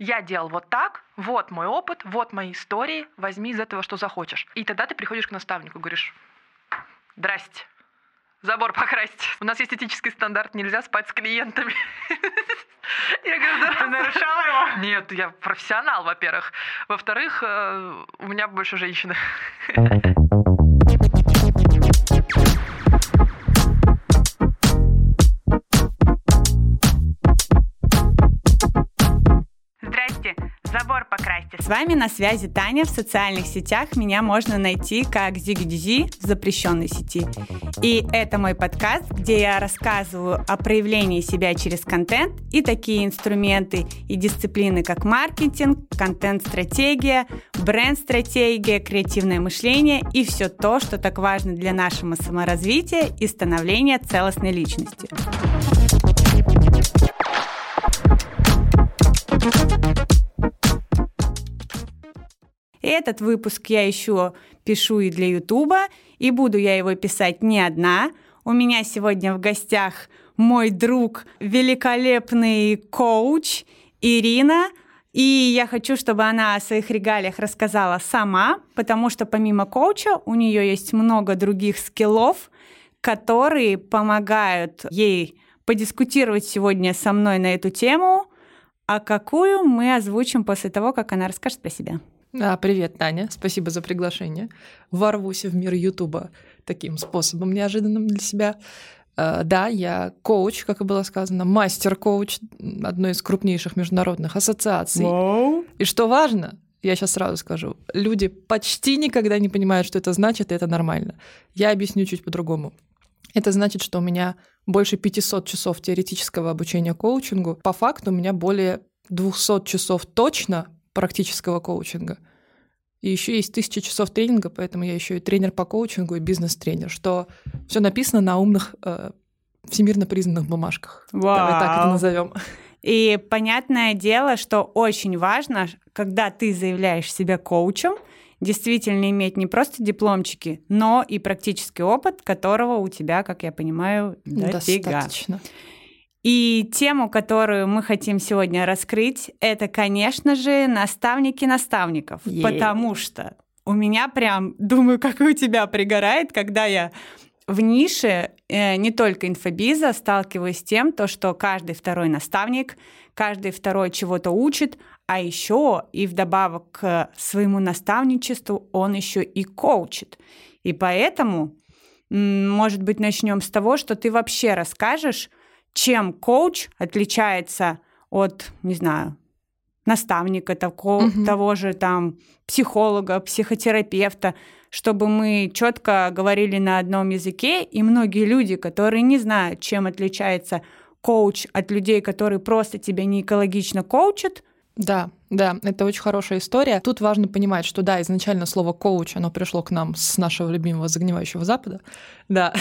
я делал вот так, вот мой опыт, вот мои истории, возьми из этого, что захочешь. И тогда ты приходишь к наставнику и говоришь: здрасте, забор покрасить. У нас есть этический стандарт, нельзя спать с клиентами. Я говорю: да. Ты нарушала его? Нет, я профессионал, во-первых. Во-вторых, у меня больше женщины. Здрасте, забор покрасьте. С вами на связи Таня. В социальных сетях меня можно найти как Зигидизи в запрещенной сети. И это мой подкаст, где я рассказываю о проявлении себя через контент и такие инструменты и дисциплины, как маркетинг, контент-стратегия, бренд-стратегия, креативное мышление и все то, что так важно для нашего саморазвития и становления целостной личности. Этот выпуск я еще пишу и для Ютуба, и буду я его писать не одна. У меня сегодня в гостях мой друг, великолепный коуч Ирина, и я хочу, чтобы она о своих регалиях рассказала сама, потому что помимо коуча у нее есть много других скиллов, которые помогают ей подискутировать сегодня со мной на эту тему, а какую мы озвучим после того, как она расскажет про себя. Да, привет, Таня. Спасибо за приглашение. Ворвусь в мир Ютуба таким способом неожиданным для себя. Да, я коуч, как и было сказано, мастер-коуч одной из крупнейших международных ассоциаций. Wow. И что важно, я сейчас сразу скажу, люди почти никогда не понимают, что это значит, и это нормально. Я объясню чуть по-другому. Это значит, что у меня больше 500 часов теоретического обучения коучингу. По факту у меня более 200 часов точно практического коучинга. И еще есть 1000 часов тренинга, поэтому я еще и тренер по коучингу и бизнес-тренер, что все написано на умных, всемирно признанных бумажках. Вау. Давай так это назовем. И понятное дело, что очень важно, когда ты заявляешь себя коучем, действительно иметь не просто дипломчики, но и практический опыт, которого у тебя, как я понимаю, дофига. Достаточно. И тему, которую мы хотим сегодня раскрыть, это, конечно же, наставники наставников. Потому что у меня прям, думаю, как и у тебя пригорает, когда я в нише не только инфобиза сталкиваюсь с тем, что каждый второй наставник, каждый второй чего-то учит, а еще и вдобавок к своему наставничеству он еще и коучит. И поэтому, может быть, начнем с того, что ты вообще расскажешь, чем коуч отличается от, не знаю, наставника, того же там психолога, психотерапевта, чтобы мы четко говорили на одном языке, и многие люди, которые не знают, чем отличается коуч от людей, которые просто тебя не экологично коучат. Да, это очень хорошая история. Тут важно понимать, что да, изначально слово коуч, оно пришло к нам с нашего любимого загнивающего Запада. Да.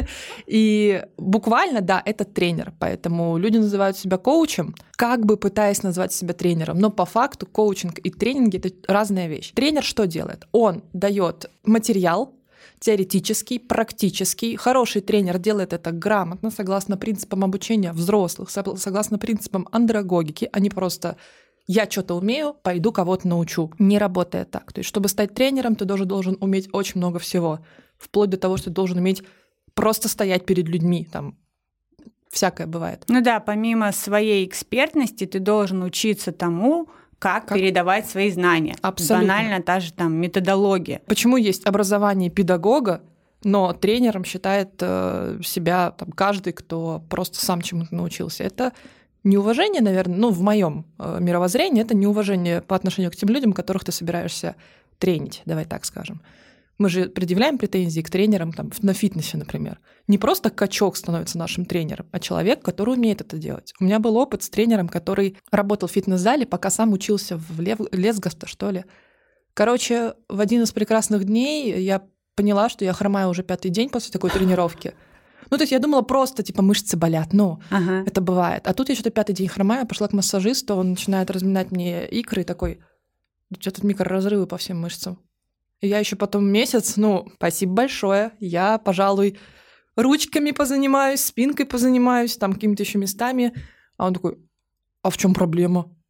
И буквально, да, это тренер. Поэтому люди называют себя коучем, как бы пытаясь назвать себя тренером. Но по факту коучинг и тренинги — это разная вещь. Тренер что делает? Он дает материал, теоретический, практический. Хороший тренер делает это грамотно, согласно принципам обучения взрослых, согласно принципам андрогогики, а не просто «я что-то умею, пойду кого-то научу». Не работает так. То есть, чтобы стать тренером, ты должен уметь очень много всего. Вплоть до того, что ты должен уметь просто стоять перед людьми. Там всякое бывает. Ну да, помимо своей экспертности, ты должен учиться тому, как передавать свои знания. Абсолютно. Банально та же там методология. Почему есть образование педагога, но тренером считает себя там каждый, кто просто сам чему-то научился? Это неуважение, наверное, в моем мировоззрении, это неуважение по отношению к тем людям, которых ты собираешься тренить, давай так скажем. Мы же предъявляем претензии к тренерам там, на фитнесе, например. Не просто качок становится нашим тренером, а человек, который умеет это делать. У меня был опыт с тренером, который работал в фитнес-зале, пока сам учился в Лесгофта, что ли. Короче, в один из прекрасных дней я поняла, что я хромаю уже 5-й день после такой тренировки. То есть я думала, просто мышцы болят, это бывает. А тут я что-то 5-й день хромаю, пошла к массажисту, он начинает разминать мне икры и такой: что-то микроразрывы по всем мышцам. И я еще потом месяц, спасибо большое, я, пожалуй, ручками позанимаюсь, спинкой позанимаюсь, там какими-то еще местами. А он такой: а в чем проблема?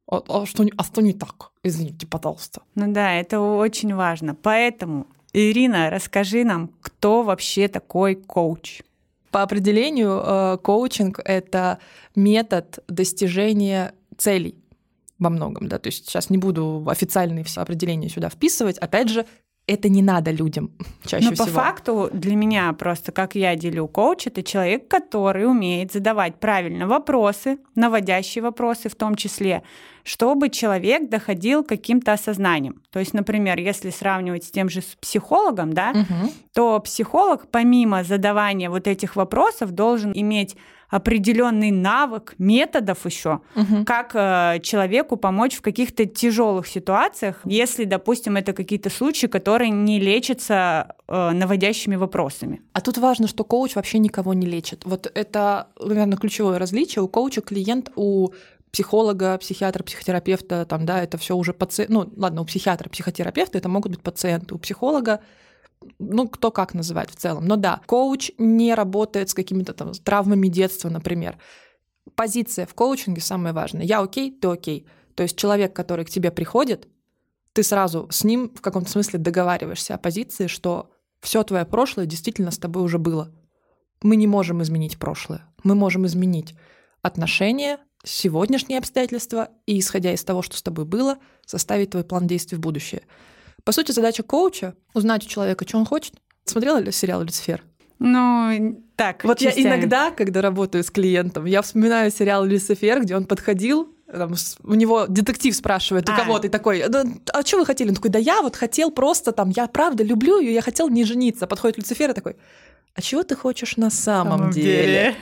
что не так? Извините, пожалуйста. Ну да, это очень важно. Поэтому, Ирина, расскажи нам, кто вообще такой коуч? По определению, коучинг — это метод достижения целей во многом. Да? То есть сейчас не буду официальные все определения сюда вписывать. Опять же, это не надо людям чаще всего. Но по факту для меня просто, как я делю, коуч — это человек, который умеет задавать правильно вопросы, наводящие вопросы в том числе, чтобы человек доходил к каким-то осознаниям. То есть, например, если сравнивать с тем же психологом, да, то психолог помимо задавания вот этих вопросов должен иметь определенный навык, методов еще, как человеку помочь в каких-то тяжелых ситуациях, если, допустим, это какие-то случаи, которые не лечатся наводящими вопросами. А тут важно, что коуч вообще никого не лечит. Вот это, наверное, ключевое различие. У коуча клиент, у психолога, психиатра, психотерапевта, там, да, это все уже пациент. Ну, ладно, у психиатра, психотерапевта это могут быть пациенты, у психолога, ну, кто как называет в целом. Но да, коуч не работает с какими-то там травмами детства, например. Позиция в коучинге самая важная. Я окей, ты окей. То есть человек, который к тебе приходит, ты сразу с ним в каком-то смысле договариваешься о позиции, что все твое прошлое действительно с тобой уже было. Мы не можем изменить прошлое. Мы можем изменить отношения, сегодняшние обстоятельства и, исходя из того, что с тобой было, составить твой план действий в будущее. По сути, задача коуча — узнать у человека, что он хочет. Смотрела ли сериал «Люцифер»? Ну, так, Вот частями. Я иногда, когда работаю с клиентом, я вспоминаю сериал «Люцифер», где он подходил, там, у него детектив спрашивает, у кого ты такой, а что вы хотели? Он такой, да я вот хотел просто там, я правда люблю ее, я хотел не жениться. Подходит Люцифер и такой, а чего ты хочешь на самом деле?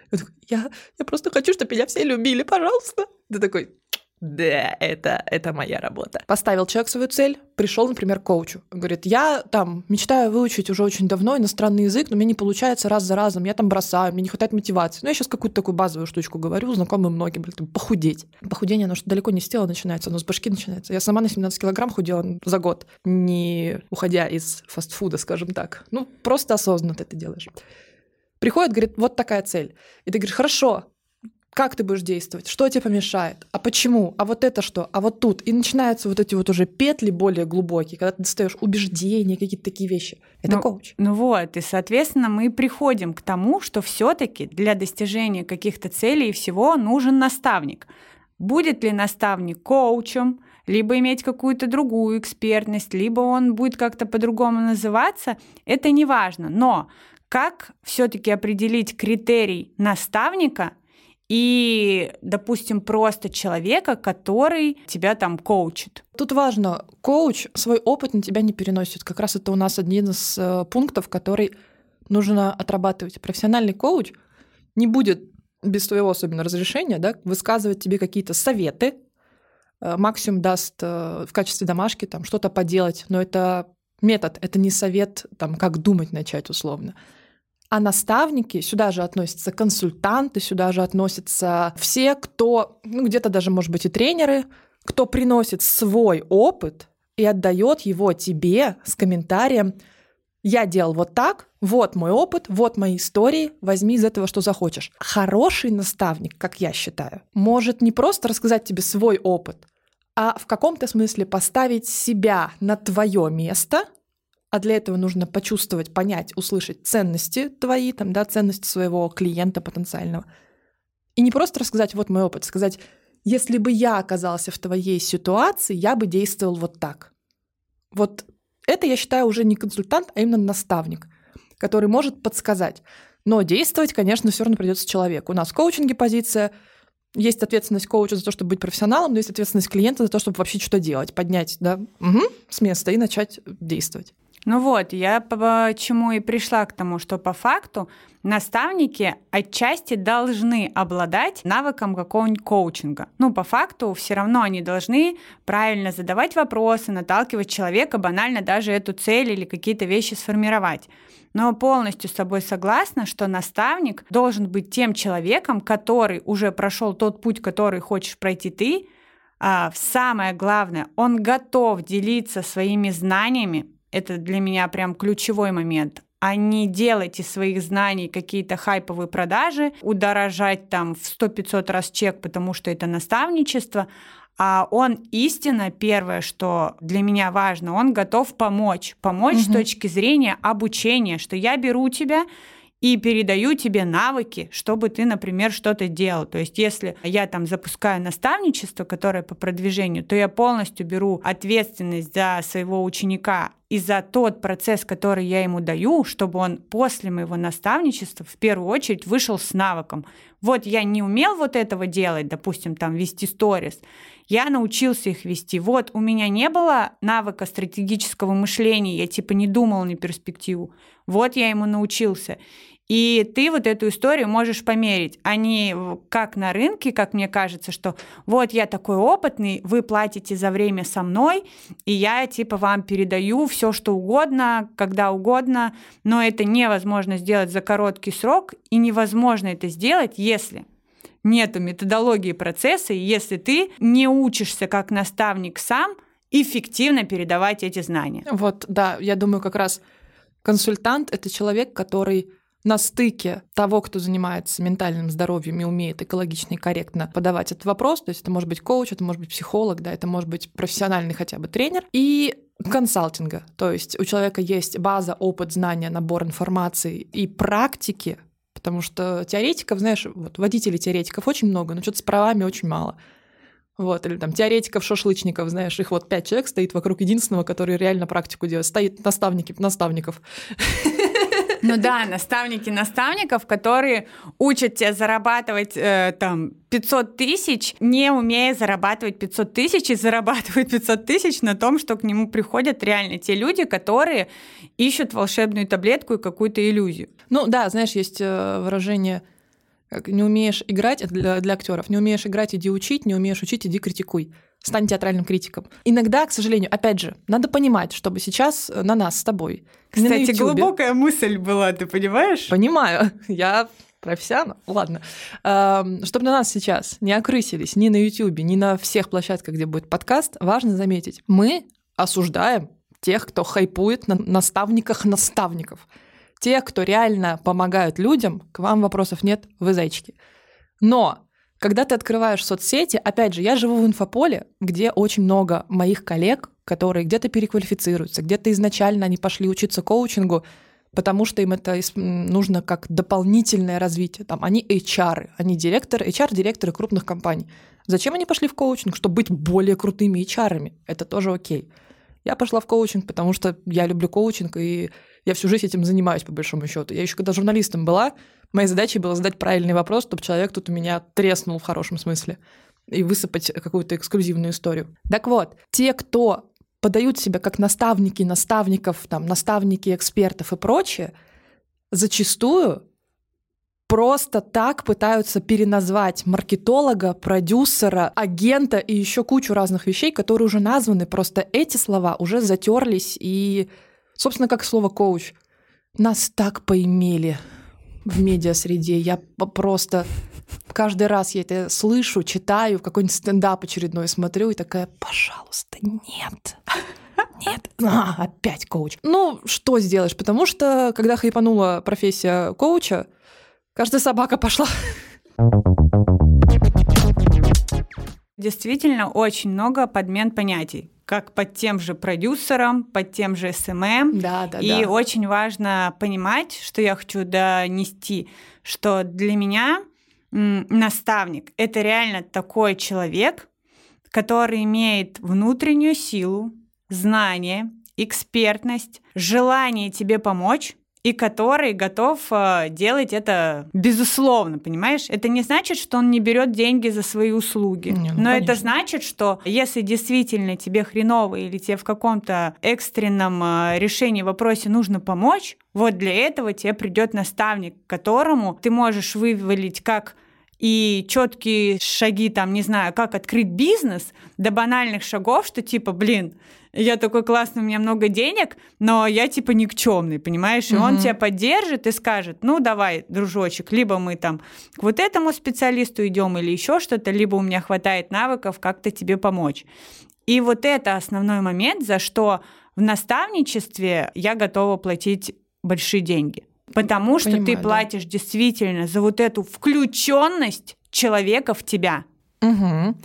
Я просто хочу, чтобы меня все любили, пожалуйста. Ты такой, да, это моя работа. Поставил человек свою цель, пришел, например, к коучу. Говорит, я там мечтаю выучить уже очень давно иностранный язык, но мне не получается раз за разом, я там бросаю, мне не хватает мотивации. Ну, я сейчас какую-то такую базовую штучку говорю, знакомым многим, похудеть. Похудение, оно что далеко не с тела начинается, оно с башки начинается. Я сама на 17 килограмм худела за год, не уходя из фастфуда, скажем так. Ну, просто осознанно ты это делаешь. Приходит, говорит, вот такая цель. И ты говоришь, хорошо, как ты будешь действовать? Что тебе помешает? А почему? А вот это что? А вот тут? И начинаются вот эти вот уже петли более глубокие, когда ты достаешь убеждения, какие-то такие вещи. Это коуч. Ну вот, и, соответственно, мы приходим к тому, что все-таки для достижения каких-то целей и всего нужен наставник. Будет ли наставник коучем, либо иметь какую-то другую экспертность, либо он будет как-то по-другому называться, это не важно. Но как все-таки определить критерий наставника и, допустим, просто человека, который тебя там коучит? Тут важно, коуч свой опыт на тебя не переносит. Как раз это у нас один из пунктов, который нужно отрабатывать. Профессиональный коуч не будет без твоего особенно разрешения, да, высказывать тебе какие-то советы, максимум даст в качестве домашки там что-то поделать, но это метод, это не совет, там, как думать начать условно. А наставники, сюда же относятся консультанты, сюда же относятся все, кто, ну, где-то даже, может быть, и тренеры, кто приносит свой опыт и отдает его тебе с комментарием: «Я делал вот так, вот мой опыт, вот мои истории, возьми из этого, что захочешь». Хороший наставник, как я считаю, может не просто рассказать тебе свой опыт, а в каком-то смысле поставить себя на твое место. А для этого нужно почувствовать, понять, услышать ценности твои, там, да, ценности своего клиента потенциального. И не просто рассказать, вот мой опыт, сказать, если бы я оказался в твоей ситуации, я бы действовал вот так. Вот это, я считаю, уже не консультант, а именно наставник, который может подсказать. Но действовать, конечно, все равно придется человеку. У нас в коучинге позиция, есть ответственность коуча за то, чтобы быть профессионалом, но есть ответственность клиента за то, чтобы вообще что-то делать, поднять, да, с места и начать действовать. Ну вот, я почему и пришла к тому, что по факту наставники отчасти должны обладать навыком какого-нибудь коучинга. Ну, по факту все равно они должны правильно задавать вопросы, наталкивать человека, банально даже эту цель или какие-то вещи сформировать. Но полностью с тобой согласна, что наставник должен быть тем человеком, который уже прошел тот путь, который хочешь пройти ты. А самое главное, он готов делиться своими знаниями. Это для меня прям ключевой момент. А не делать из своих знаний какие-то хайповые продажи, удорожать там в 100-500 раз чек, потому что это наставничество, А он истинно, первое, что для меня важно, он готов помочь с точки зрения обучения, что я беру тебя и передаю тебе навыки, чтобы ты, например, что-то делал. То есть если я там запускаю наставничество, которое по продвижению, то я полностью беру ответственность за своего ученика и за тот процесс, который я ему даю, чтобы он после моего наставничества в первую очередь вышел с навыком. Вот я не умел вот этого делать, допустим, там вести сторис, я научился их вести. Вот у меня не было навыка стратегического мышления, я типа не думал на перспективу. Вот я ему научился. И ты вот эту историю можешь померить. Они как на рынке, как мне кажется, что вот я такой опытный, вы платите за время со мной, и я типа вам передаю все, что угодно, когда угодно, но это невозможно сделать за короткий срок, и невозможно это сделать, если нету методологии процесса, и если ты не учишься как наставник сам эффективно передавать эти знания. Вот, да, я думаю, как раз консультант — это человек, который на стыке того, кто занимается ментальным здоровьем и умеет экологично и корректно подавать этот вопрос, то есть это может быть коуч, это может быть психолог, да, это может быть профессиональный хотя бы тренер, и консалтинга, то есть у человека есть база, опыт, знания, набор информации и практики, потому что теоретиков, знаешь, вот водителей теоретиков очень много, но что-то с правами очень мало. Вот, или там теоретиков-шашлычников, знаешь, их вот 5 человек стоит вокруг единственного, который реально практику делает. Стоит наставников. Ну да, наставники наставников, которые учат тебя зарабатывать там 500 тысяч, не умея зарабатывать 500 тысяч, и зарабатывают 500 тысяч на том, что к нему приходят реально те люди, которые ищут волшебную таблетку и какую-то иллюзию. Ну да, знаешь, есть выражение, как не умеешь играть, это для актеров, не умеешь играть, иди учить, не умеешь учить, иди критикуй. Стань театральным критиком. Иногда, к сожалению, опять же, надо понимать, чтобы сейчас на нас с тобой... Кстати, глубокая мысль была, ты понимаешь? Понимаю, я профессионал. Ладно. Чтобы на нас сейчас не окрысились ни на YouTube, ни на всех площадках, где будет подкаст, важно заметить, мы осуждаем тех, кто хайпует на наставниках наставников. Тех, кто реально помогают людям, к вам вопросов нет, вы зайчики. Но когда ты открываешь соцсети, опять же, я живу в инфополе, где очень много моих коллег, которые где-то переквалифицируются, где-то изначально они пошли учиться коучингу, потому что им это нужно как дополнительное развитие. Там, они HR, они HR-директоры крупных компаний. Зачем они пошли в коучинг? Чтобы быть более крутыми HR-ами. Это тоже окей. Я пошла в коучинг, потому что я люблю коучинг, и я всю жизнь этим занимаюсь, по большому счету. Я еще когда журналистом была, моей задачей было задать правильный вопрос, чтобы человек тут у меня треснул в хорошем смысле и высыпать какую-то эксклюзивную историю. Так вот, те, кто подают себя как наставники наставников, там, наставники экспертов и прочее, зачастую просто так пытаются переназвать маркетолога, продюсера, агента и еще кучу разных вещей, которые уже названы. Просто эти слова уже затерлись. И, собственно, как слово «коуч». Нас так поимели в медиасреде. Я просто каждый раз я это слышу, читаю, какой-нибудь стендап очередной смотрю и такая: пожалуйста, нет. Нет, опять коуч. Ну, что сделаешь? Потому что, когда хайпанула профессия коуча, каждая собака пошла. Действительно, очень много подмен понятий, как под тем же продюсером, под тем же СММ. Да. И очень важно понимать, что я хочу донести, что для меня наставник — это реально такой человек, который имеет внутреннюю силу, знание, экспертность, желание тебе помочь, и который готов делать это безусловно, понимаешь? Это не значит, что он не берет деньги за свои услуги. Но конечно. Это значит, что если действительно тебе хреново или тебе в каком-то экстренном решении, вопросе нужно помочь, вот для этого тебе придет наставник, которому ты можешь вывалить как и четкие шаги, там, не знаю, как открыть бизнес, до банальных шагов, что типа, я такой классный, у меня много денег, но я типа никчемный, понимаешь? И он тебя поддержит и скажет: ну давай, дружочек, либо мы там к вот этому специалисту идем или еще что-то, либо у меня хватает навыков как-то тебе помочь. И вот это основной момент, за что в наставничестве я готова платить большие деньги. Потому что ты платишь действительно за вот эту включенность человека в тебя. Угу.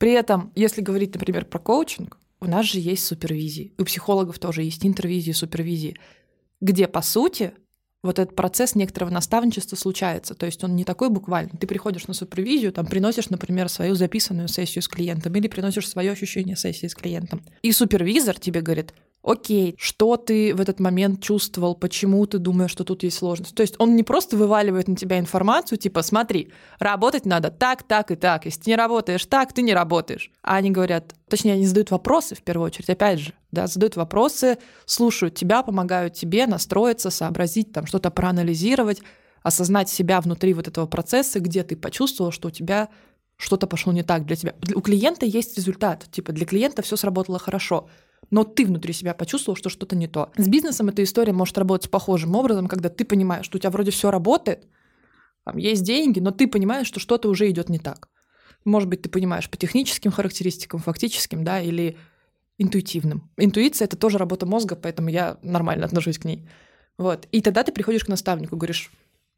При этом, если говорить, например, про коучинг, у нас же есть супервизии. У психологов тоже есть интервизии, супервизии, где, по сути, вот этот процесс некоторого наставничества случается. То есть он не такой буквальный. Ты приходишь на супервизию, там приносишь, например, свою записанную сессию с клиентом или приносишь свое ощущение сессии с клиентом. И супервизор тебе говорит: окей, что ты в этот момент чувствовал, почему ты думаешь, что тут есть сложность. То есть он не просто вываливает на тебя информацию, типа, смотри, работать надо так, так и так. Если ты не работаешь так, ты не работаешь. А они говорят, точнее, они задают вопросы в первую очередь, опять же, да, задают вопросы, слушают тебя, помогают тебе настроиться, сообразить, там, что-то проанализировать, осознать себя внутри вот этого процесса, где ты почувствовал, что у тебя что-то пошло не так для тебя. У клиента есть результат, типа, для клиента все сработало хорошо, но ты внутри себя почувствовал, что что-то не то. С бизнесом эта история может работать похожим образом, когда ты понимаешь, что у тебя вроде все работает, там есть деньги, но ты понимаешь, что что-то уже идет не так. Может быть, ты понимаешь по техническим характеристикам, фактическим, да, или интуитивным. Интуиция — это тоже работа мозга, поэтому я нормально отношусь к ней. Вот. И тогда ты приходишь к наставнику, говоришь: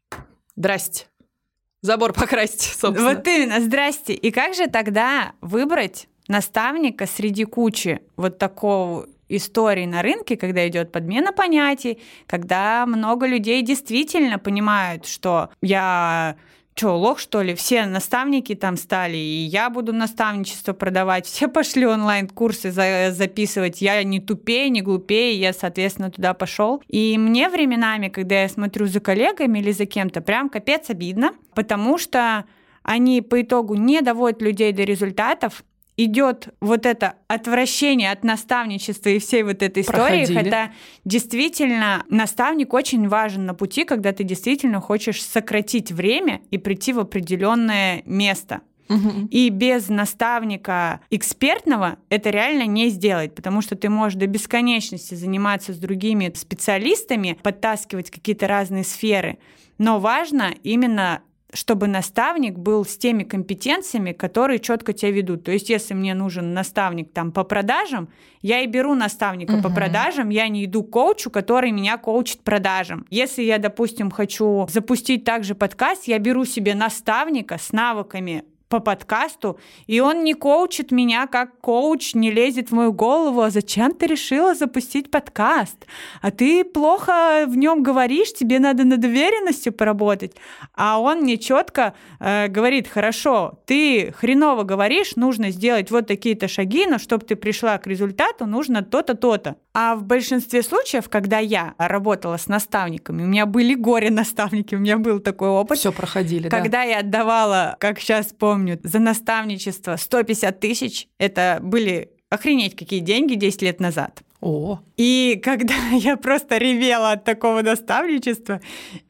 здрасте, забор покрасьте, собственно. Вот именно, здрасте. И как же тогда выбрать наставника среди кучи вот такого истории на рынке, когда идет подмена понятий, когда много людей действительно понимают, что я... Что, лох, что ли? Все наставники там стали, и я буду наставничество продавать, все пошли онлайн-курсы записывать, я не тупее, не глупее, я, соответственно, туда пошел. И мне временами, когда я смотрю за коллегами или за кем-то, прям капец обидно, потому что они по итогу не доводят людей до результатов, идет вот это отвращение от наставничества и всей вот этой истории, хотя действительно наставник очень важен на пути, когда ты действительно хочешь сократить время и прийти в определенное место. Угу. И без наставника экспертного это реально не сделать, потому что ты можешь до бесконечности заниматься с другими специалистами, подтаскивать какие-то разные сферы, но важно именно чтобы наставник был с теми компетенциями, которые четко тебя ведут. То есть, если мне нужен наставник там, по продажам, я и беру наставника по продажам, я не иду к коучу, который меня коучит продажам. Если я, допустим, хочу запустить также подкаст, я беру себе наставника с навыками по подкасту, и он не коучит меня, как коуч не лезет в мою голову: а зачем ты решила запустить подкаст? А ты плохо в нем говоришь, тебе надо над уверенностью поработать. А он мне четко говорит: хорошо, ты хреново говоришь, нужно сделать вот такие-то шаги, но чтобы ты пришла к результату, нужно то-то, то-то. А в большинстве случаев, когда я работала с наставниками, у меня были горе-наставники, у меня был такой опыт. Все проходили, когда я отдавала, как сейчас помню, за наставничество 150 тысяч, это были охренеть какие деньги 10 лет назад. О. И когда я просто ревела от такого наставничества,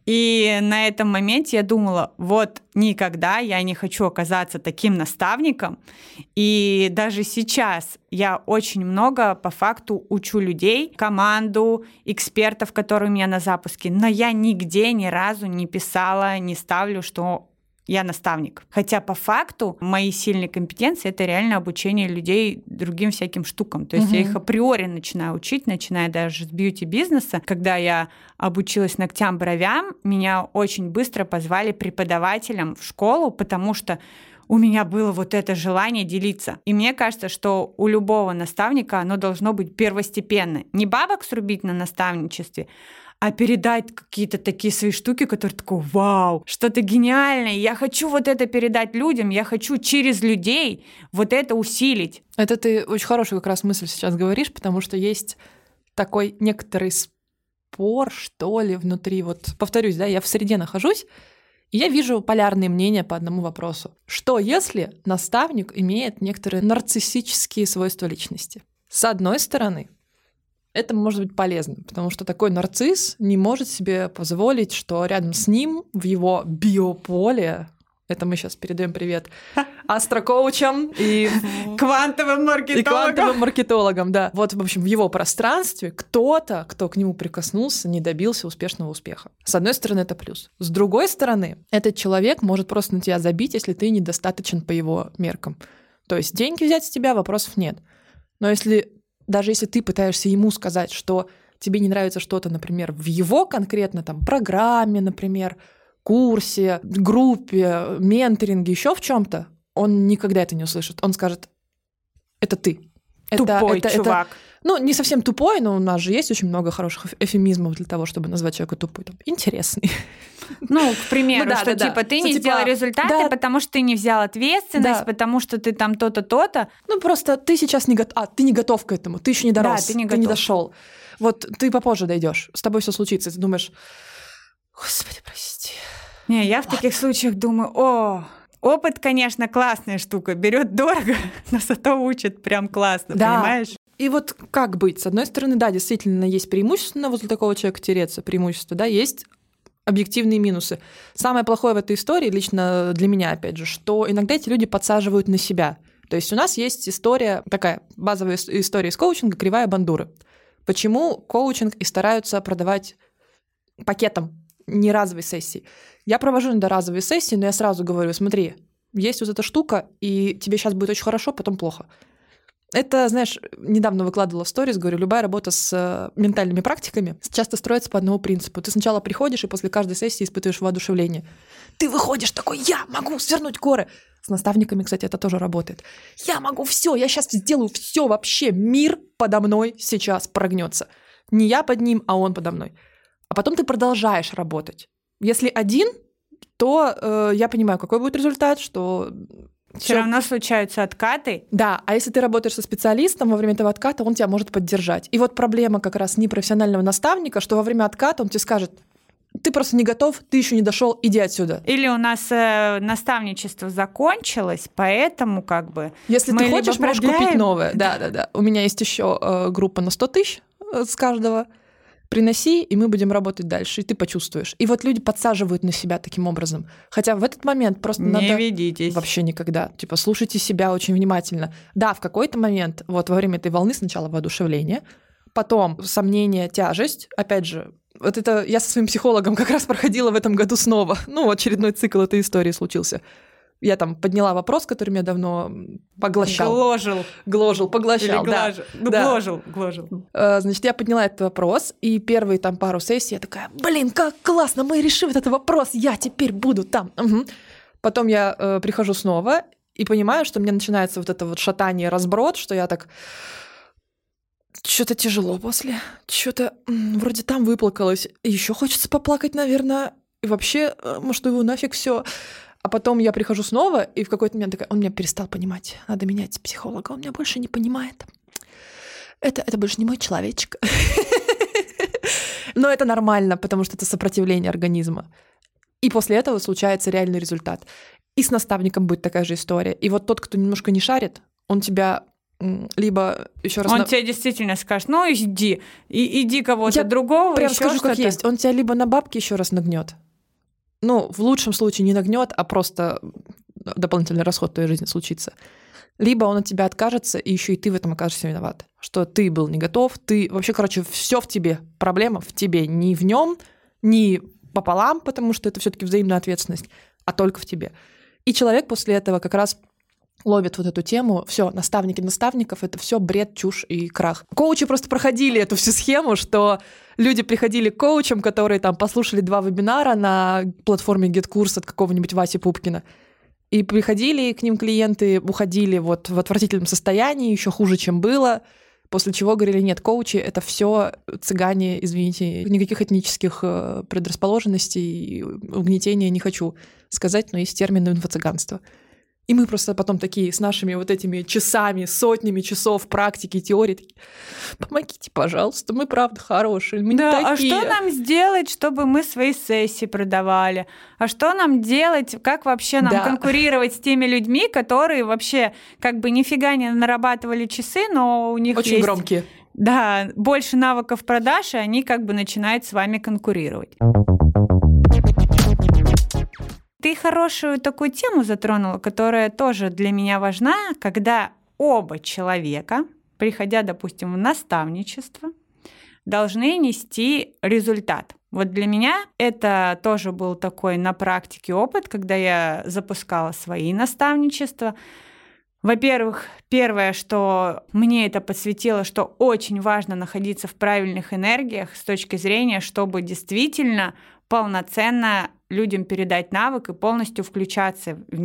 и на этом моменте я думала: вот никогда я не хочу оказаться таким наставником. И даже сейчас я очень много по факту учу людей, команду, экспертов, которые у меня на запуске, но я нигде ни разу не писала, не ставлю, что я наставник. Хотя по факту мои сильные компетенции — это реально обучение людей другим всяким штукам. То есть я их априори начинаю учить, начиная даже с бьюти-бизнеса. Когда я обучилась ногтям, бровям, меня очень быстро позвали преподавателем в школу, потому что у меня было вот это желание делиться. И мне кажется, что у любого наставника оно должно быть первостепенно. Не бабок срубить на наставничестве, а передать какие-то такие свои штуки, которые такой: вау, что-то гениальное, я хочу вот это передать людям, я хочу через людей вот это усилить. Это ты очень хорошую как раз мысль сейчас говоришь, потому что есть такой некоторый спор, что ли, внутри. Вот повторюсь, да, я в среде нахожусь, и я вижу полярные мнения по одному вопросу. Что если наставник имеет некоторые нарциссические свойства личности? С одной стороны, это может быть полезно, потому что такой нарцисс не может себе позволить, что рядом с ним в его биополе, это мы сейчас передаем привет астрокоучам и квантовым маркетологам, да. Вот, в общем, в его пространстве кто-то, кто к нему прикоснулся, не добился успешного успеха. С одной стороны, это плюс. С другой стороны, этот человек может просто на тебя забить, если ты недостаточен по его меркам. То есть деньги взять с тебя — вопросов нет. Но даже если ты пытаешься ему сказать, что тебе не нравится что-то, например, в его конкретно там программе, например, курсе, группе, менторинге, еще в чем-то, он никогда это не услышит. Он скажет: это ты. Тупой чувак. Ну, не совсем тупой, но у нас же есть очень много хороших эфемизмов для того, чтобы назвать человека тупой. Там, интересный. Ну, к примеру, что типа ты не сделал результаты, потому что ты не взял ответственность, потому что ты там то-то, то-то. Ну, просто ты сейчас не готов. Ты не готов к этому, ты еще не дорос, ты не дошел. Вот ты попозже дойдешь, с тобой все случится. Ты думаешь: Господи, прости. Не, я в таких случаях думаю: опыт, конечно, классная штука, берет дорого, но зато учит прям классно, понимаешь? И вот как быть? С одной стороны, да, действительно есть преимущество возле такого человека тереться, преимущество, да, есть объективные минусы. Самое плохое в этой истории, лично для меня, опять же, что иногда эти люди подсаживают на себя. То есть у нас есть история, такая базовая история из коучинга, кривая бандуры. Почему коучинг и стараются продавать пакетом, не разовой сессии? Я провожу иногда разовые сессии, но я сразу говорю: смотри, есть вот эта штука, и тебе сейчас будет очень хорошо, потом плохо. Это, знаешь, недавно выкладывала в сторис, говорю, любая работа с ментальными практиками часто строится по одному принципу. Ты сначала приходишь и после каждой сессии испытываешь воодушевление. Ты выходишь такой: я могу свернуть горы. С наставниками, кстати, это тоже работает. Я могу все, я сейчас сделаю все вообще. Мир подо мной сейчас прогнется. Не я под ним, а он подо мной. А потом ты продолжаешь работать. Если один, то я понимаю, какой будет результат, что... Все равно случаются откаты. Да, а если ты работаешь со специалистом, во время этого отката он тебя может поддержать. И вот проблема как раз непрофессионального наставника, что во время отката он тебе скажет: ты просто не готов, ты еще не дошел, иди отсюда. Или у нас наставничество закончилось, поэтому как бы... Если ты хочешь, можешь купить новое. Да. У меня есть еще группа на 100 тысяч с каждого. Приноси, и мы будем работать дальше, и ты почувствуешь. И вот люди подсаживают на себя таким образом. Хотя в этот момент просто не надо... ведитесь. Вообще никогда. Типа, слушайте себя очень внимательно. Да, в какой-то момент, вот во время этой волны сначала воодушевление, потом сомнение, тяжесть. Опять же, вот это я со своим психологом как раз проходила в этом году снова. Ну, очередной цикл этой истории случился. Я там подняла вопрос, который меня давно поглощал. Поглощал, да. Гложил. Значит, я подняла этот вопрос, и первые там пару сессий я такая: блин, как классно, мы решим этот вопрос, я теперь буду там. Угу. Потом я прихожу снова и понимаю, что мне начинается вот это вот шатание, разброд, что я так... Что-то тяжело после, что-то вроде там выплакалось, еще хочется поплакать, наверное, и вообще, может, его нафиг все. А потом я прихожу снова, и в какой-то момент такая: он меня перестал понимать, надо менять психолога, он меня больше не понимает. Это больше не мой человечек. Но это нормально, потому что это сопротивление организма. И после этого случается реальный результат. И с наставником будет такая же история. И вот тот, кто немножко не шарит, он тебя либо еще раз... Он тебе действительно скажет: ну иди кого-то другого. Прям скажу, как есть. Он тебя либо на бабки еще раз нагнет. Ну, в лучшем случае не нагнет, а просто дополнительный расход в твоей жизни случится. Либо он от тебя откажется, и еще и ты в этом окажешься виноват. Что ты был не готов, ты вообще, все в тебе. Проблема в тебе, не в нем, не пополам, потому что это все-таки взаимная ответственность, а только в тебе. И человек после этого как раз ловит вот эту тему. Все, наставники наставников — это все бред, чушь и крах. Коучи просто проходили эту всю схему, что люди приходили к коучам, которые там послушали 2 вебинара на платформе GetCourse от какого-нибудь Васи Пупкина, и приходили к ним клиенты, уходили вот в отвратительном состоянии, еще хуже, чем было, после чего говорили: нет, коучи — это все цыгане, извините, никаких этнических предрасположенностей и угнетения не хочу сказать, но есть термин инфо-цыганство. И мы просто потом такие с нашими вот этими часами, сотнями часов практики, теории, такие: помогите, пожалуйста, мы правда хорошие, мы не такие. А что нам сделать, чтобы мы свои сессии продавали? А что нам делать, как вообще нам конкурировать с теми людьми, которые вообще как бы нифига не нарабатывали часы, но у них очень есть... громкие. Да, больше навыков продаж, и они как бы начинают с вами конкурировать. Ты хорошую такую тему затронула, которая тоже для меня важна, когда оба человека, приходя, допустим, в наставничество, должны нести результат. Вот для меня это тоже был такой на практике опыт, когда я запускала свои наставничества. Во-первых, первое, что мне это подсветило, что очень важно находиться в правильных энергиях с точки зрения, чтобы действительно полноценно людям передать навык и полностью включаться в них.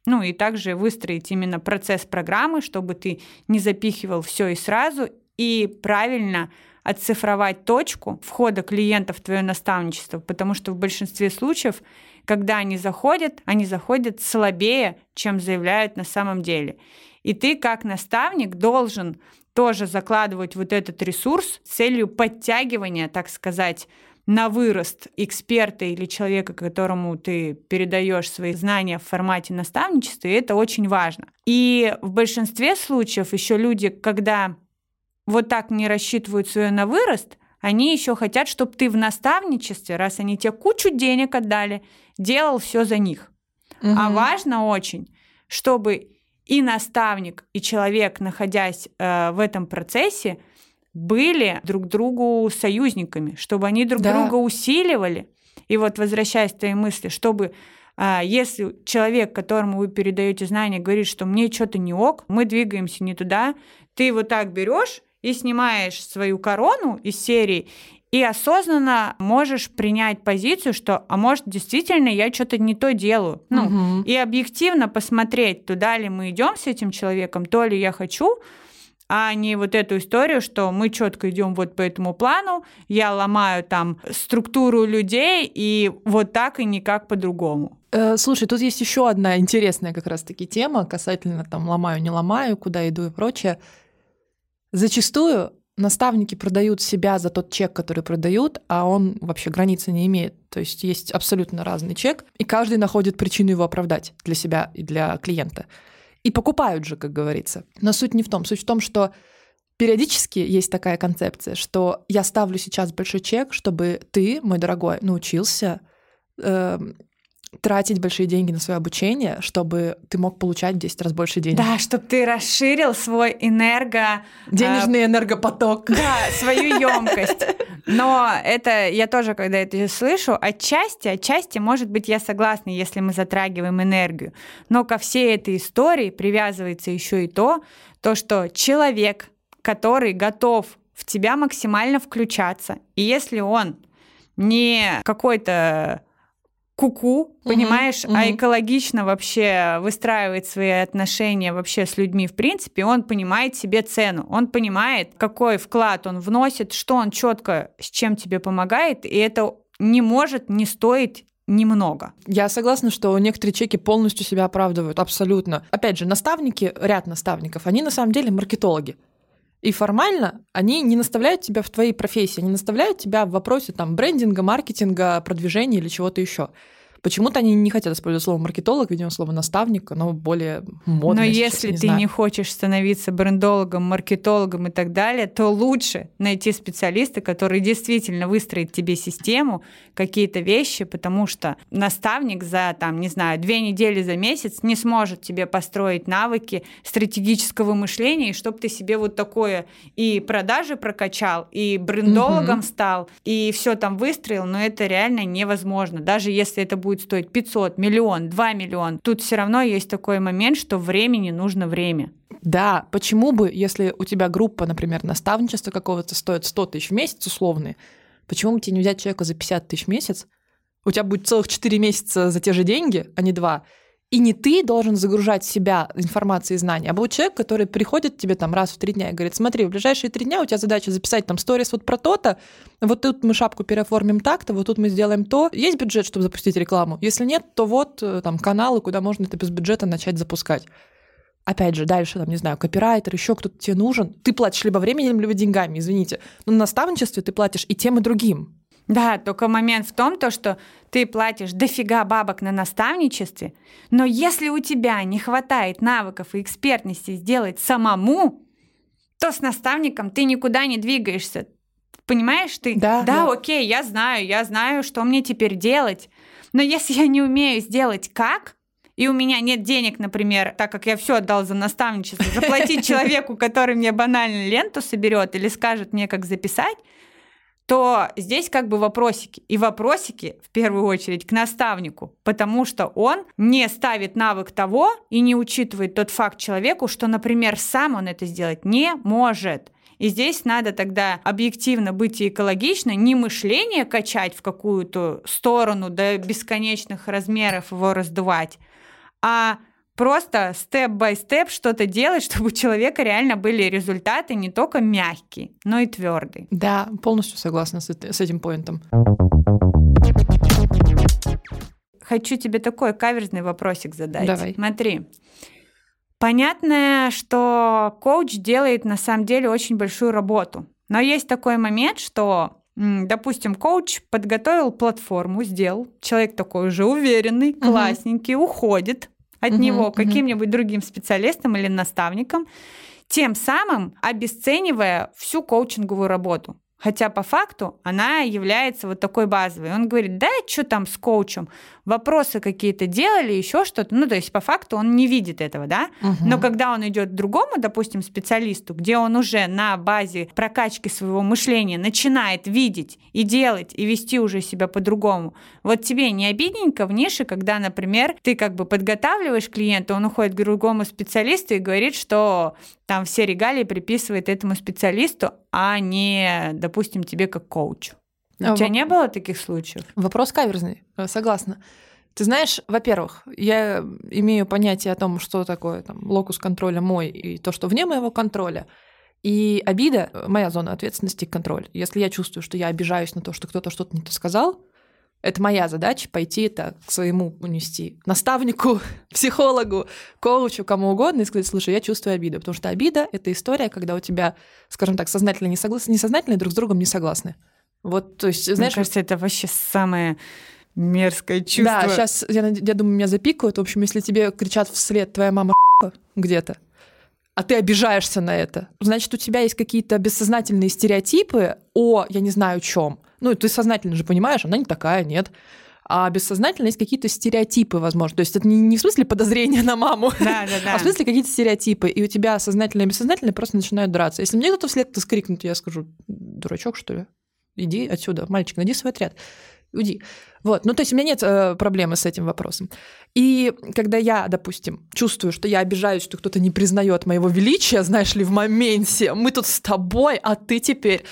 Ну и также выстроить именно процесс программы, чтобы ты не запихивал все и сразу, и правильно отцифровать точку входа клиента в твое наставничество, потому что в большинстве случаев, когда они заходят слабее, чем заявляют на самом деле. И ты, как наставник, должен тоже закладывать вот этот ресурс с целью подтягивания, так сказать, на вырост эксперта или человека, которому ты передаешь свои знания в формате наставничества, и это очень важно. И в большинстве случаев еще люди, когда вот так не рассчитывают свое на вырост, они еще хотят, чтобы ты в наставничестве, раз они тебе кучу денег отдали, делал все за них. А важно очень, чтобы и наставник, и человек, находясь в этом процессе, были друг другу союзниками, чтобы они друг друга усиливали. И вот, возвращаясь к твоей мысли, чтобы если человек, которому вы передаете знания, говорит, что мне что-то не ок, мы двигаемся не туда, ты вот так берешь и снимаешь свою корону из серии и осознанно можешь принять позицию, что, а может, действительно я что-то не то делаю. И объективно посмотреть, туда ли мы идем с этим человеком, то ли я хочу, а не вот эту историю, что мы четко идем вот по этому плану, я ломаю там структуру людей, и вот так и никак по-другому. Слушай, тут есть еще одна интересная как раз-таки тема касательно там ломаю, не ломаю, куда иду и прочее. Зачастую наставники продают себя за тот чек, который продают, а он вообще границы не имеет. То есть есть абсолютно разный чек, и каждый находит причину его оправдать для себя и для клиента. И покупают же, как говорится. Но суть не в том. Суть в том, что периодически есть такая концепция, что я ставлю сейчас большой чек, чтобы ты, мой дорогой, научился тратить большие деньги на свое обучение, чтобы ты мог получать в 10 раз больше денег. Да, чтобы ты расширил свой денежный энергопоток. Да, свою емкость. Но это я тоже, когда это слышу, отчасти, может быть, я согласна, если мы затрагиваем энергию. Но ко всей этой истории привязывается еще и то, что человек, который готов в тебя максимально включаться, и если он не какой-то ку-ку, понимаешь, а экологично вообще выстраивает свои отношения вообще с людьми в принципе, он понимает себе цену, он понимает, какой вклад он вносит, что он четко с чем тебе помогает, и это не может не стоить немного. Я согласна, что некоторые чеки полностью себя оправдывают, абсолютно. Опять же, наставники, ряд наставников, они на самом деле маркетологи. И формально они не наставляют тебя в твоей профессии, они наставляют тебя в вопросе там, брендинга, маркетинга, продвижения или чего-то еще. Почему-то они не хотят использовать слово маркетолог, видимо, слово наставник, оно более модное. Но если ты не хочешь становиться брендологом, маркетологом и так далее, то лучше найти специалиста, который действительно выстроит тебе систему, какие-то вещи, потому что наставник за, 2 недели за месяц не сможет тебе построить навыки стратегического мышления, и чтобы ты себе вот такое и продажи прокачал, и брендологом стал, и все там выстроил, но это реально невозможно. Даже если это будет стоить 500, миллион, 2 миллиона, тут все равно есть такой момент, что времени нужно время. Да, почему бы, если у тебя группа, например, наставничества какого-то стоит 100 тысяч в месяц условные, почему бы тебе не взять человека за 50 тысяч в месяц? У тебя будет целых 4 месяца за те же деньги, а не 2. И не ты должен загружать себя информацией и знанией, а будет человек, который приходит к тебе там раз в 3 дня и говорит: смотри, в ближайшие 3 дня у тебя задача записать там сторис вот про то-то, вот тут мы шапку переоформим так-то, вот тут мы сделаем то. Есть бюджет, чтобы запустить рекламу? Если нет, то вот там каналы, куда можно это без бюджета начать запускать. Опять же, дальше, там, не знаю, копирайтер, еще кто-то тебе нужен. Ты платишь либо временем, либо деньгами, извините. Но на наставничестве ты платишь и тем, и другим. Да, только момент в том, что ты платишь дофига бабок на наставничестве, но если у тебя не хватает навыков и экспертности сделать самому, то с наставником ты никуда не двигаешься. Понимаешь ты? Да, окей, я знаю, что мне теперь делать. Но если я не умею сделать как, и у меня нет денег, например, так как я все отдал за наставничество, заплатить человеку, который мне банально ленту соберет или скажет мне, как записать, то здесь как бы вопросики. И вопросики, в первую очередь, к наставнику, потому что он не ставит навык того и не учитывает тот факт человеку, что, например, сам он это сделать не может. И здесь надо тогда объективно быть и экологично, не мышление качать в какую-то сторону до бесконечных размеров, его раздувать, а просто степ-бай-степ что-то делать, чтобы у человека реально были результаты не только мягкие, но и твердые. Да, полностью согласна с этим поинтом. Хочу тебе такой каверзный вопросик задать. Давай. Смотри. Понятно, что коуч делает на самом деле очень большую работу. Но есть такой момент, что, допустим, коуч подготовил платформу, сделал. Человек такой уже уверенный, классненький, уходит от него каким-нибудь другим специалистом или наставником, тем самым обесценивая всю коучинговую работу. Хотя по факту она является вот такой базовой. Он говорит, да, что там с коучем? Вопросы какие-то делали, еще что-то. Ну, то есть по факту он не видит этого, да? Но когда он идет к другому, допустим, специалисту, где он уже на базе прокачки своего мышления начинает видеть и делать, и вести уже себя по-другому. Вот тебе не обидненько в нише, когда, например, ты как бы подготавливаешь клиента, он уходит к другому специалисту и говорит, что там все регалии приписывает этому специалисту, а не, допустим, тебе как коучу. У тебя не было таких случаев? Вопрос каверзный, согласна. Ты знаешь, во-первых, я имею понятие о том, что такое там, локус контроля мой и то, что вне моего контроля. И обида — моя зона ответственности и контроль. Если я чувствую, что я обижаюсь на то, что кто-то что-то не то сказал, это моя задача пойти это к своему унести наставнику, психологу, коучу, кому угодно и сказать, слушай, я чувствую обиду. Потому что обида — это история, когда у тебя, скажем так, сознательно несознательно друг с другом не согласны. Вот, то есть, знаешь, мне кажется, это вообще самое мерзкое чувство. Да, сейчас, я думаю, меня запикают. В общем, если тебе кричат вслед твоя мама где-то, а ты обижаешься на это, значит, у тебя есть какие-то бессознательные стереотипы о, я не знаю, чем. Ну, ты сознательно же понимаешь, она не такая, нет. А бессознательно есть какие-то стереотипы, возможно. То есть это не в смысле подозрения на маму, а в смысле какие-то стереотипы. И у тебя сознательно и бессознательно просто начинают драться. Если мне кто-то вслед скрикнет, я скажу, дурачок, что ли? Иди отсюда, мальчик, найди свой отряд. Уйди. Вот. Ну, то есть у меня нет проблемы с этим вопросом. И когда я, допустим, чувствую, что я обижаюсь, что кто-то не признает моего величия, знаешь ли, в моменте, мы тут с тобой, а ты теперь...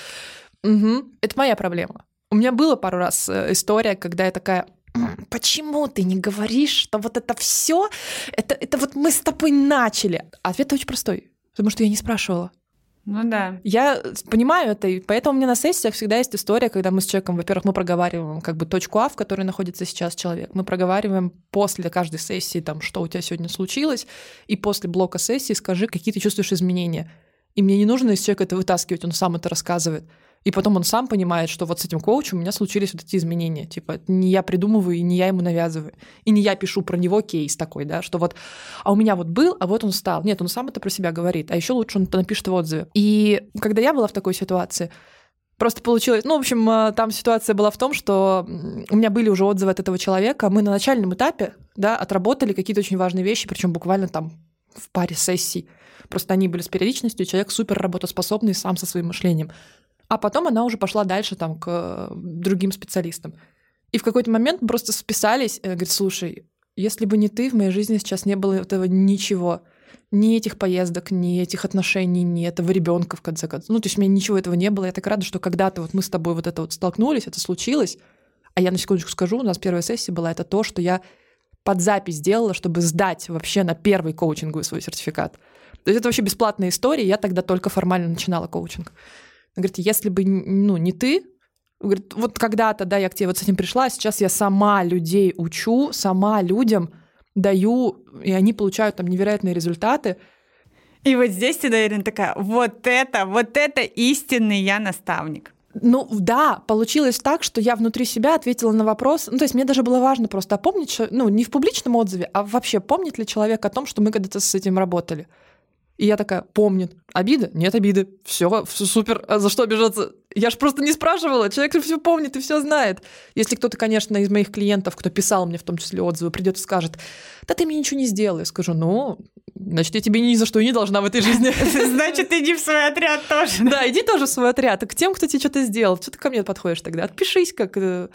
Это моя проблема. У меня было пару раз история, когда я такая... Почему ты не говоришь, что вот это все, это вот мы с тобой начали? Ответ очень простой. Потому что я не спрашивала. Ну да. Я понимаю это, и поэтому у меня на сессиях всегда есть история, когда мы с человеком, во-первых, мы проговариваем как бы точку А, в которой находится сейчас человек. Мы проговариваем после каждой сессии, там, что у тебя сегодня случилось, и после блока сессии скажи, какие ты чувствуешь изменения. И мне не нужно из человека это вытаскивать, он сам это рассказывает. И потом он сам понимает, что вот с этим коучем у меня случились вот эти изменения. Типа, это не я придумываю, и не я ему навязываю. И не я пишу про него кейс такой, да, что вот, а у меня вот был, а вот он стал. Нет, он сам это про себя говорит. А еще лучше он это напишет в отзыве. И когда я была в такой ситуации, просто получилось... Ну, в общем, там ситуация была в том, что у меня были уже отзывы от этого человека. Мы на начальном этапе, да, отработали какие-то очень важные вещи, причем буквально там в паре сессий. Просто они были с периодичностью, человек супер работоспособный сам со своим мышлением. А потом она уже пошла дальше там, к другим специалистам. И в какой-то момент мы просто списались. И она говорит, слушай, если бы не ты, в моей жизни сейчас не было этого ничего. Ни этих поездок, ни этих отношений, ни этого ребенка в конце концов. Ну, то есть у меня ничего этого не было. Я так рада, что когда-то вот мы с тобой вот это вот столкнулись, это случилось. А я на секундочку скажу, у нас первая сессия была, это то, что я под запись сделала, чтобы сдать вообще на первый коучинговый свой сертификат. То есть это вообще бесплатная история, я тогда только формально начинала коучинг. Она говорит, если бы не ты, говорит, вот когда-то, да, я к тебе вот с этим пришла, а сейчас я сама людей учу, сама людям даю, и они получают там невероятные результаты. И вот здесь ты, наверное, такая, вот это истинный я наставник. Ну да, получилось так, что я внутри себя ответила на вопрос, ну то есть мне даже было важно просто помнить, что, ну не в публичном отзыве, а вообще помнит ли человек о том, что мы когда-то с этим работали. И я такая, помнит. Обида? Нет обиды. Все супер. А за что обижаться? Я ж просто не спрашивала. Человек же все помнит и все знает. Если кто-то, конечно, из моих клиентов, кто писал мне в том числе отзывы, придет и скажет, да ты мне ничего не сделал. Я скажу, ну, значит, я тебе ни за что и не должна в этой жизни. Значит, иди в свой отряд тоже. Да, иди тоже в свой отряд. А к тем, кто тебе что-то сделал, что ты ко мне подходишь тогда? Отпишись, как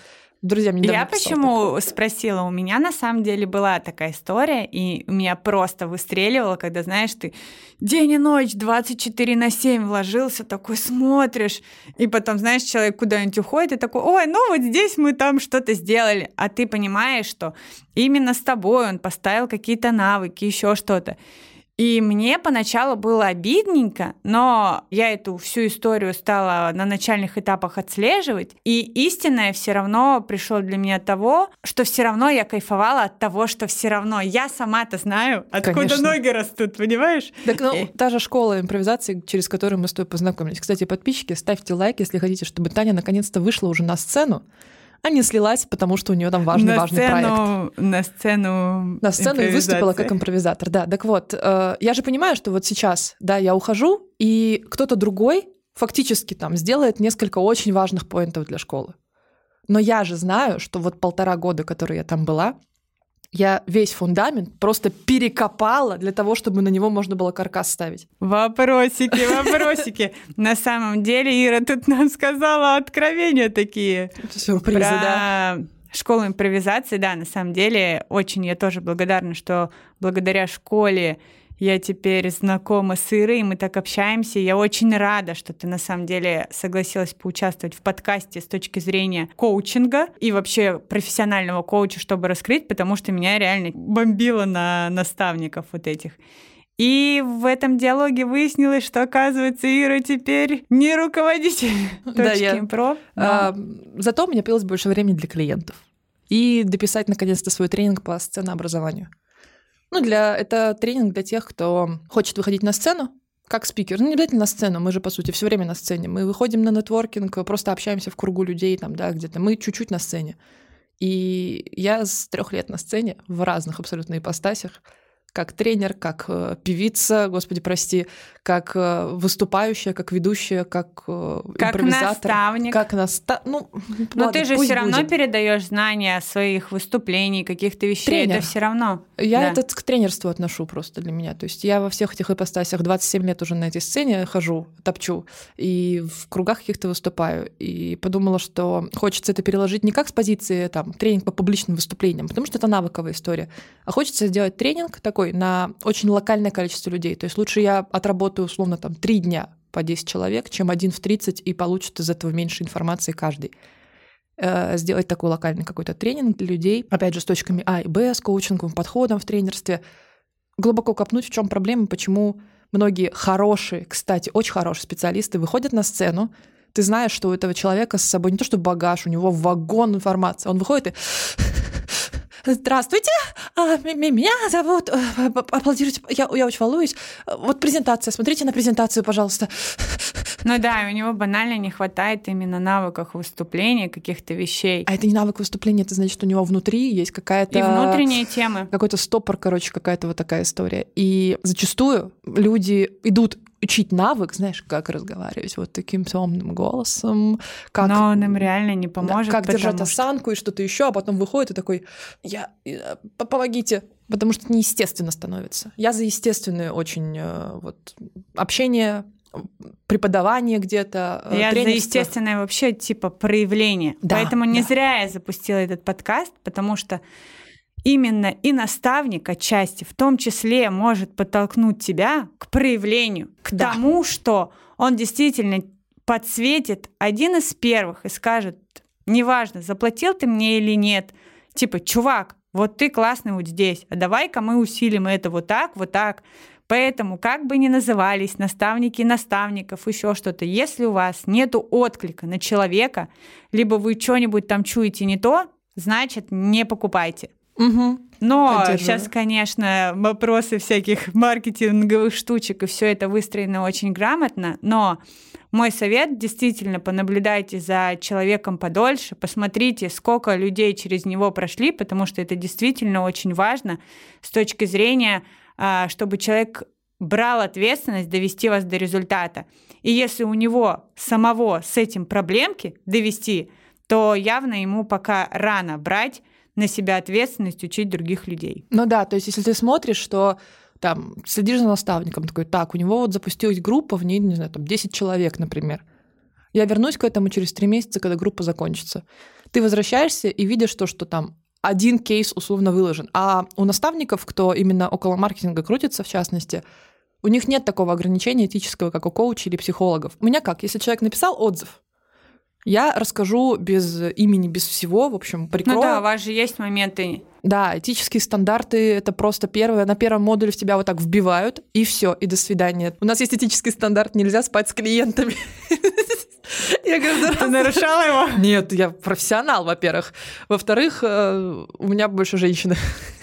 Друзья, мне недавно Я написал почему спросила? У меня на самом деле была такая история, и у меня просто выстреливало, когда, знаешь, ты день и ночь 24/7 вложился, такой смотришь, и потом, знаешь, человек куда-нибудь уходит, и такой, ой, ну вот здесь мы там что-то сделали, а ты понимаешь, что именно с тобой он поставил какие-то навыки, еще что-то. И мне поначалу было обидненько, но я эту всю историю стала на начальных этапах отслеживать, и истинное все равно пришло для меня от того, что все равно я кайфовала от того, что все равно я сама-то знаю, откуда Конечно. ноги растут, понимаешь? Так, та же школа импровизации, через которую мы с тобой познакомились. Кстати, подписчики, ставьте лайк, если хотите, чтобы Таня наконец-то вышла уже на сцену, а не слилась, потому что у нее там важный проект. На сцену И выступила как импровизатор, да. Так вот, я же понимаю, что вот сейчас, да, я ухожу, и кто-то другой фактически там сделает несколько очень важных поинтов для школы. Но я же знаю, что вот 1,5 года, которые я там была, я весь фундамент просто перекопала для того, чтобы на него можно было каркас ставить. Вопросики. На самом деле Ира тут нам сказала откровения такие. Сюрпризы, да. Школу импровизации, да, на самом деле очень я тоже благодарна, что благодаря школе я теперь знакома с Ирой, мы так общаемся. Я очень рада, что ты на самом деле согласилась поучаствовать в подкасте с точки зрения коучинга и вообще профессионального коуча, чтобы раскрыть, потому что меня реально бомбило на наставников вот этих. И в этом диалоге выяснилось, что, оказывается, Ира теперь не руководитель точки импров. Зато у меня появилось больше времени для клиентов. И дописать, наконец-то, свой тренинг по сценообразованию. Это тренинг для тех, кто хочет выходить на сцену как спикер. Не обязательно на сцену, мы же, по сути, все время на сцене. Мы выходим на нетворкинг, просто общаемся в кругу людей, там, да, где-то. Мы чуть-чуть на сцене. И я с 3 лет на сцене в разных абсолютно ипостасях. Как тренер, как певица, господи, прости, как выступающая, как ведущая, как импровизатор. Наставник. Как наставник. Но ты же все равно передаешь знания своих выступлений, каких-то вещей. Тренер. Это все равно. Я это к тренерству отношу просто для меня. То есть я во всех этих ипостасях 27 лет уже на этой сцене хожу, топчу, и в кругах каких-то выступаю. И подумала, что хочется это переложить не как с позиции там, тренинг по публичным выступлениям, потому что это навыковая история, а хочется сделать тренинг такой на очень локальное количество людей. То есть лучше я отработаю условно там 3 дня по 10 человек, чем 1 в 30 и получит из этого меньше информации каждый. Сделать такой локальный какой-то тренинг для людей, опять же, с точками А и Б, с коучинговым подходом в тренерстве. Глубоко копнуть, в чем проблема, почему многие хорошие, кстати, очень хорошие специалисты выходят на сцену, ты знаешь, что у этого человека с собой не то что багаж, у него вагон информации. Он выходит и... Здравствуйте, меня зовут... Аплодируйте, я очень волнуюсь. Вот презентация, смотрите на презентацию, пожалуйста. Ну да, и у него банально не хватает именно навыков выступления, каких-то вещей. А это не навык выступления, это значит, у него внутри есть какая-то... И внутренние темы. Какой-то стопор, какая-то вот такая история. И зачастую люди идут учить навык, знаешь, как разговаривать вот таким томным голосом. Как, но он им реально не поможет. Да, как держать осанку и что-то еще, а потом выходит и такой, помогите. Потому что это неестественно становится. Я за естественное очень общение, преподавание где-то, я тренерство. За естественное вообще типа проявление. Да, поэтому не зря я запустила этот подкаст, потому что именно и наставник отчасти в том числе может подтолкнуть тебя к проявлению, к тому, что он действительно подсветит один из первых и скажет, неважно, заплатил ты мне или нет, типа, чувак, вот ты классный вот здесь, а давай-ка мы усилим это вот так, вот так. Поэтому, как бы ни назывались наставники наставников, еще что-то, если у вас нету отклика на человека, либо вы что-нибудь там чуете не то, значит, не покупайте. Угу. Но сейчас, конечно, вопросы всяких маркетинговых штучек, и все это выстроено очень грамотно, но мой совет, действительно, понаблюдайте за человеком подольше, посмотрите, сколько людей через него прошли, потому что это действительно очень важно с точки зрения, чтобы человек брал ответственность довести вас до результата. И если у него самого с этим проблемки довести, то явно ему пока рано брать на себя ответственность учить других людей. Ну да, то есть если ты смотришь, что там следишь за наставником, такой, так, у него вот запустилась группа, в ней, не знаю, там 10 человек, например. Я вернусь к этому через 3 месяца, когда группа закончится. Ты возвращаешься и видишь то, что там один кейс условно выложен. А у наставников, кто именно около маркетинга крутится, в частности, у них нет такого ограничения этического, как у коучей или психологов. У меня как? Если человек написал отзыв, я расскажу без имени, без всего, в общем, прикрою. Ну да, у вас же есть моменты. Да, этические стандарты — это просто первое. На первом модуле в тебя вот так вбивают, и все, и до свидания. У нас есть этический стандарт, нельзя спать с клиентами. Я каждый раз... Ты нарушала его? Нет, я профессионал, во-первых. Во-вторых, у меня больше женщины.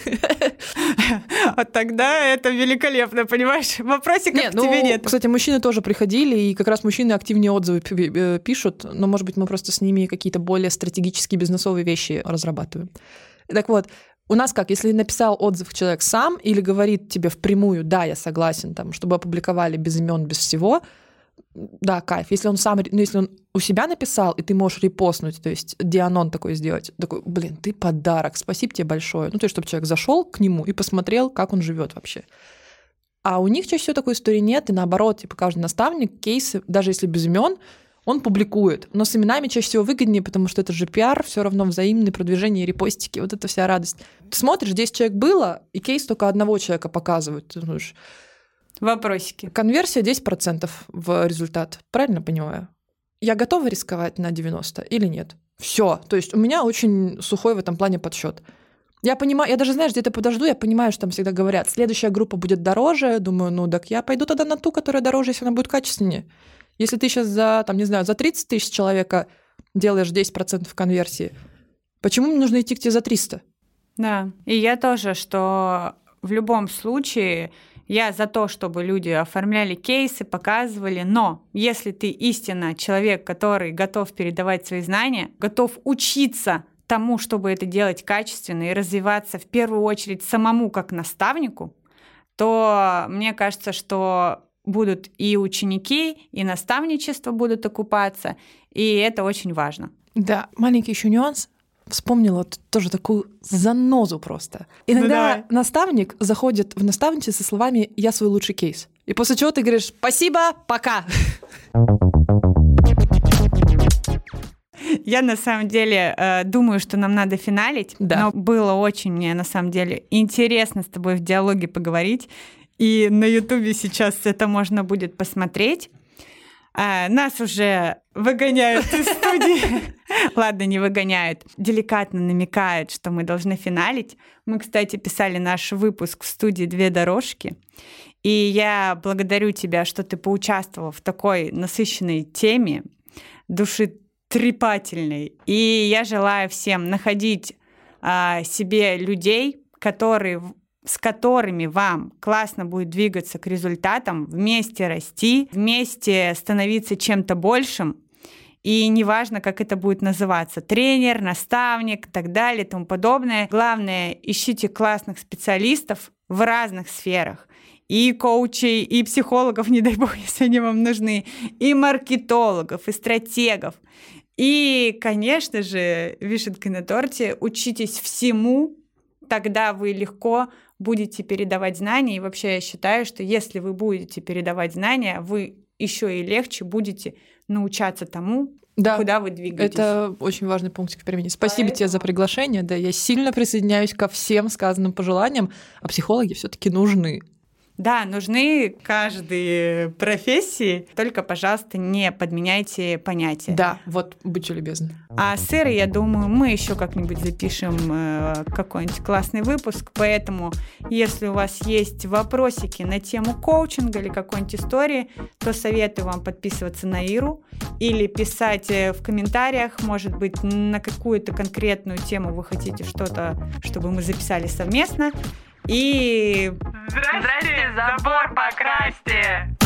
А тогда это великолепно, понимаешь? Вопросиков к тебе нет. Кстати, мужчины тоже приходили, и как раз мужчины активнее отзывы пишут, но, может быть, мы просто с ними какие-то более стратегические бизнесовые вещи разрабатываем. Так вот, у нас как, если написал отзыв человек сам или говорит тебе впрямую, да, я согласен, там, чтобы опубликовали без имен, без всего, да, кайф. Если он сам, если он у себя написал, и ты можешь репостнуть, то есть дианон такой сделать, такой, блин, ты подарок, спасибо тебе большое. Ну, то есть, чтобы человек зашел к нему и посмотрел, как он живет вообще. А у них чаще всего такой истории нет, и наоборот, типа, каждый наставник, кейсы, даже если без имен, он публикует. Но с именами чаще всего выгоднее, потому что это же пиар, все равно взаимное продвижение, репостики, вот это вся радость. Ты смотришь, 10 человек было, и кейс только одного человека показывают. Ты думаешь, вопросики. Конверсия 10% в результат. Правильно понимаю? Я готова рисковать на 90 или нет? Все. То есть у меня очень сухой в этом плане подсчет. Я понимаю, я даже, знаешь, где-то подожду, я понимаю, что там всегда говорят, следующая группа будет дороже. Думаю, ну так я пойду тогда на ту, которая дороже, если она будет качественнее. Если ты сейчас за 30 тысяч человека делаешь 10% конверсии, почему мне нужно идти к тебе за 300? Да, и я тоже, что в любом случае я за то, чтобы люди оформляли кейсы, показывали, но если ты истинно человек, который готов передавать свои знания, готов учиться тому, чтобы это делать качественно и развиваться в первую очередь самому как наставнику, то мне кажется, что будут и ученики, и наставничество будут окупаться, и это очень важно. Да, маленький еще нюанс. Вспомнила тоже такую занозу просто. Иногда наставник заходит в наставничество со словами «я свой лучший кейс». И после чего ты говоришь «спасибо, пока». Я на самом деле думаю, что нам надо финалить, но было очень мне на самом деле интересно с тобой в диалоге поговорить. И на Ютубе сейчас это можно будет посмотреть. Нас уже выгоняют из студии. Ладно, не выгоняют. Деликатно намекают, что мы должны финалить. Мы, кстати, писали наш выпуск в студии «Две дорожки». И я благодарю тебя, что ты поучаствовала в такой насыщенной теме, душетрепательной. И я желаю всем находить себе людей, с которыми вам классно будет двигаться к результатам, вместе расти, вместе становиться чем-то большим. И неважно, как это будет называться, тренер, наставник и так далее и тому подобное. Главное, ищите классных специалистов в разных сферах. И коучей, и психологов, не дай бог, если они вам нужны, и маркетологов, и стратегов. И, конечно же, вишенкой на торте, учитесь всему, тогда вы легко будете передавать знания. И вообще я считаю, что если вы будете передавать знания, вы еще и легче будете научаться тому, куда вы двигаетесь. Это очень важный пунктик в применении. Спасибо тебе за приглашение. Да, я сильно присоединяюсь ко всем сказанным пожеланиям, а психологи все-таки нужны. Да, нужны каждой профессии, только, пожалуйста, не подменяйте понятия. Да, вот, будьте любезны. А с Ирой, я думаю, мы еще как-нибудь запишем какой-нибудь классный выпуск, поэтому, если у вас есть вопросики на тему коучинга или какой-нибудь истории, то советую вам подписываться на Иру или писать в комментариях, может быть, на какую-то конкретную тему вы хотите что-то, чтобы мы записали совместно. И... Здрасте, забор покрасьте!